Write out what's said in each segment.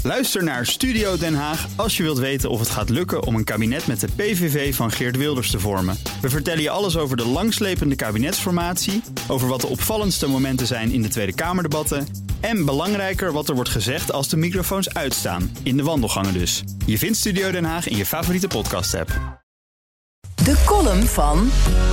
Luister naar Studio Den Haag als je wilt weten of het gaat lukken om een kabinet met de PVV van Geert Wilders te vormen. We vertellen je alles over de langslepende kabinetsformatie, over wat de opvallendste momenten zijn in de Tweede Kamerdebatten en belangrijker wat er wordt gezegd als de microfoons uitstaan, in de wandelgangen dus. Je vindt Studio Den Haag in je favoriete podcast-app. De column van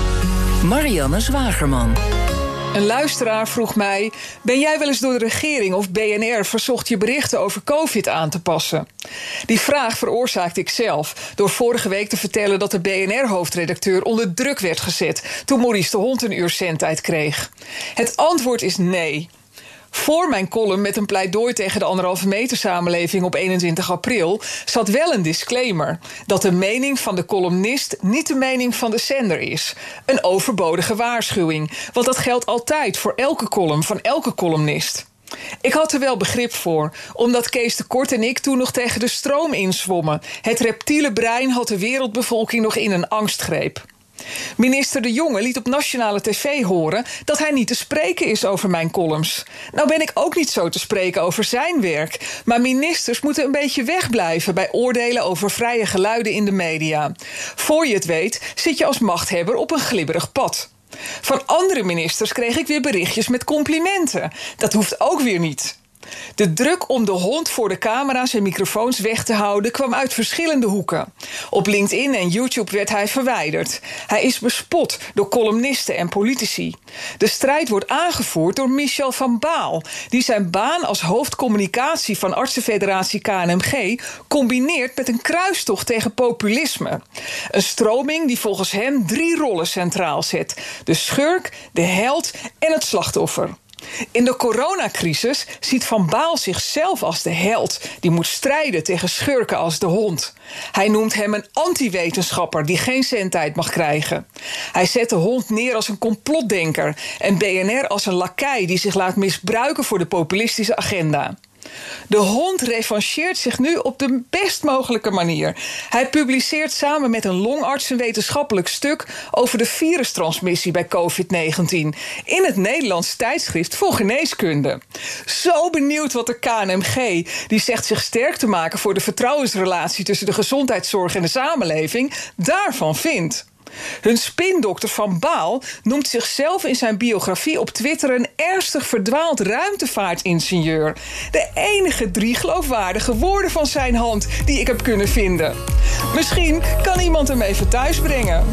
Marianne Zwagerman. Een luisteraar vroeg mij: ben jij wel eens door de regering of BNR verzocht je berichten over COVID aan te passen? Die vraag veroorzaakte ik zelf door vorige week te vertellen dat de BNR-hoofdredacteur onder druk werd gezet toen Maurice de Hond een uur zendtijd kreeg. Het antwoord is nee. Voor mijn column met een pleidooi tegen de 1,5 meter samenleving op 21 april... zat wel een disclaimer dat de mening van de columnist niet de mening van de zender is. Een overbodige waarschuwing, want dat geldt altijd voor elke column van elke columnist. Ik had er wel begrip voor, omdat Kees de Kort en ik toen nog tegen de stroom inzwommen. Het reptiele brein had de wereldbevolking nog in een angstgreep. Minister De Jonge liet op nationale tv horen dat hij niet te spreken is over mijn columns. Nou ben ik ook niet zo te spreken over zijn werk, maar ministers moeten een beetje wegblijven bij oordelen over vrije geluiden in de media. Voor je het weet zit je als machthebber op een glibberig pad. Van andere ministers kreeg ik weer berichtjes met complimenten. Dat hoeft ook weer niet. De druk om de hond voor de camera's en microfoons weg te houden kwam uit verschillende hoeken. Op LinkedIn en YouTube werd hij verwijderd. Hij is bespot door columnisten en politici. De strijd wordt aangevoerd door Michel van Baal, die zijn baan als hoofdcommunicatie van artsenfederatie KNMG combineert met een kruistocht tegen populisme. Een stroming die volgens hem 3 rollen centraal zet: de schurk, de held en het slachtoffer. In de coronacrisis ziet Van Baal zichzelf als de held die moet strijden tegen schurken als de hond. Hij noemt hem een anti-wetenschapper die geen zendtijd mag krijgen. Hij zet de hond neer als een complotdenker en BNR als een lakai die zich laat misbruiken voor de populistische agenda. De hond revancheert zich nu op de best mogelijke manier. Hij publiceert samen met een longarts een wetenschappelijk stuk over de virustransmissie bij COVID-19 in het Nederlands tijdschrift voor geneeskunde. Zo benieuwd wat de KNMG, die zegt zich sterk te maken voor de vertrouwensrelatie tussen de gezondheidszorg en de samenleving, daarvan vindt. Hun spindokter Van Baal noemt zichzelf in zijn biografie op Twitter een ernstig verdwaald ruimtevaartingenieur. De enige 3 geloofwaardige woorden van zijn hand die ik heb kunnen vinden. Misschien kan iemand hem even thuis brengen.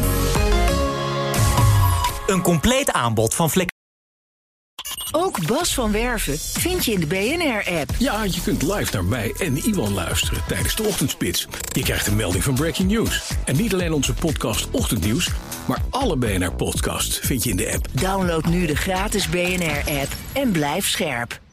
Een compleet aanbod van Ook Bas van Werven vind je in de BNR-app. Ja, je kunt live naar mij en Iwan luisteren tijdens de ochtendspits. Je krijgt een melding van Breaking News. En niet alleen onze podcast Ochtendnieuws, maar alle BNR-podcasts vind je in de app. Download nu de gratis BNR-app en blijf scherp.